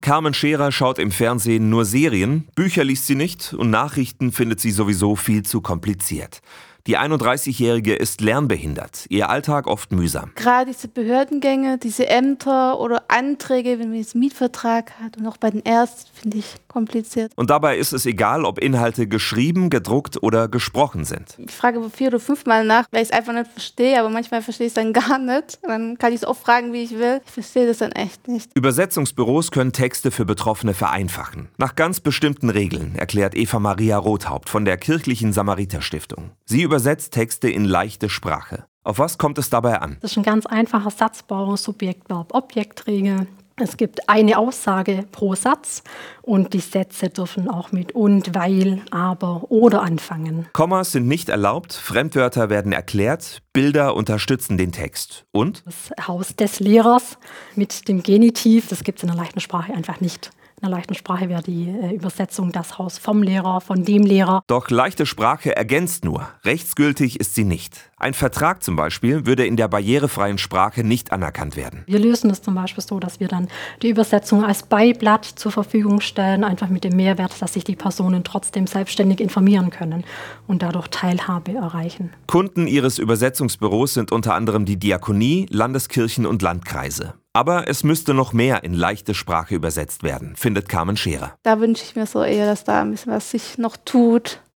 Carmen Scherer schaut im Fernsehen nur Serien, Bücher liest sie nicht und Nachrichten findet sie sowieso viel zu kompliziert. Die 31-Jährige ist lernbehindert, ihr Alltag oft mühsam. Gerade diese Behördengänge, diese Ämter oder Anträge, wenn man jetzt einen Mietvertrag hat und auch bei den Ärzten, finde ich kompliziert. Und dabei ist es egal, ob Inhalte geschrieben, gedruckt oder gesprochen sind. Ich frage 4 oder 5 Mal nach, weil ich es einfach nicht verstehe, aber manchmal verstehe ich es dann gar nicht. Und dann kann ich es oft fragen, wie ich will. Ich verstehe das dann echt nicht. Übersetzungsbüros können Texte für Betroffene vereinfachen. Nach ganz bestimmten Regeln, erklärt Eva Maria Rothaupt von der Kirchlichen Samariter-Stiftung. Sie übersetzt Texte in leichte Sprache. Auf was kommt es dabei an? Das ist ein ganz einfacher Satzbau, Subjekt, Verb, Objektregel. Es gibt eine Aussage pro Satz und die Sätze dürfen auch mit und, weil, aber oder anfangen. Kommas sind nicht erlaubt, Fremdwörter werden erklärt, Bilder unterstützen den Text. Und? Das Haus des Lehrers mit dem Genitiv, das gibt es in der leichten Sprache einfach nicht. In der leichten Sprache wäre die Übersetzung das Haus vom Lehrer, von dem Lehrer. Doch leichte Sprache ergänzt nur. Rechtsgültig ist sie nicht. Ein Vertrag zum Beispiel würde in der barrierefreien Sprache nicht anerkannt werden. Wir lösen das zum Beispiel so, dass wir dann die Übersetzung als Beiblatt zur Verfügung stellen, einfach mit dem Mehrwert, dass sich die Personen trotzdem selbstständig informieren können und dadurch Teilhabe erreichen. Kunden ihres Übersetzungsbüros sind unter anderem die Diakonie, Landeskirchen und Landkreise. Aber es müsste noch mehr in leichte Sprache übersetzt werden, findet Carmen Scherer. Da wünsche ich mir so eher, dass da ein bisschen was sich noch tut.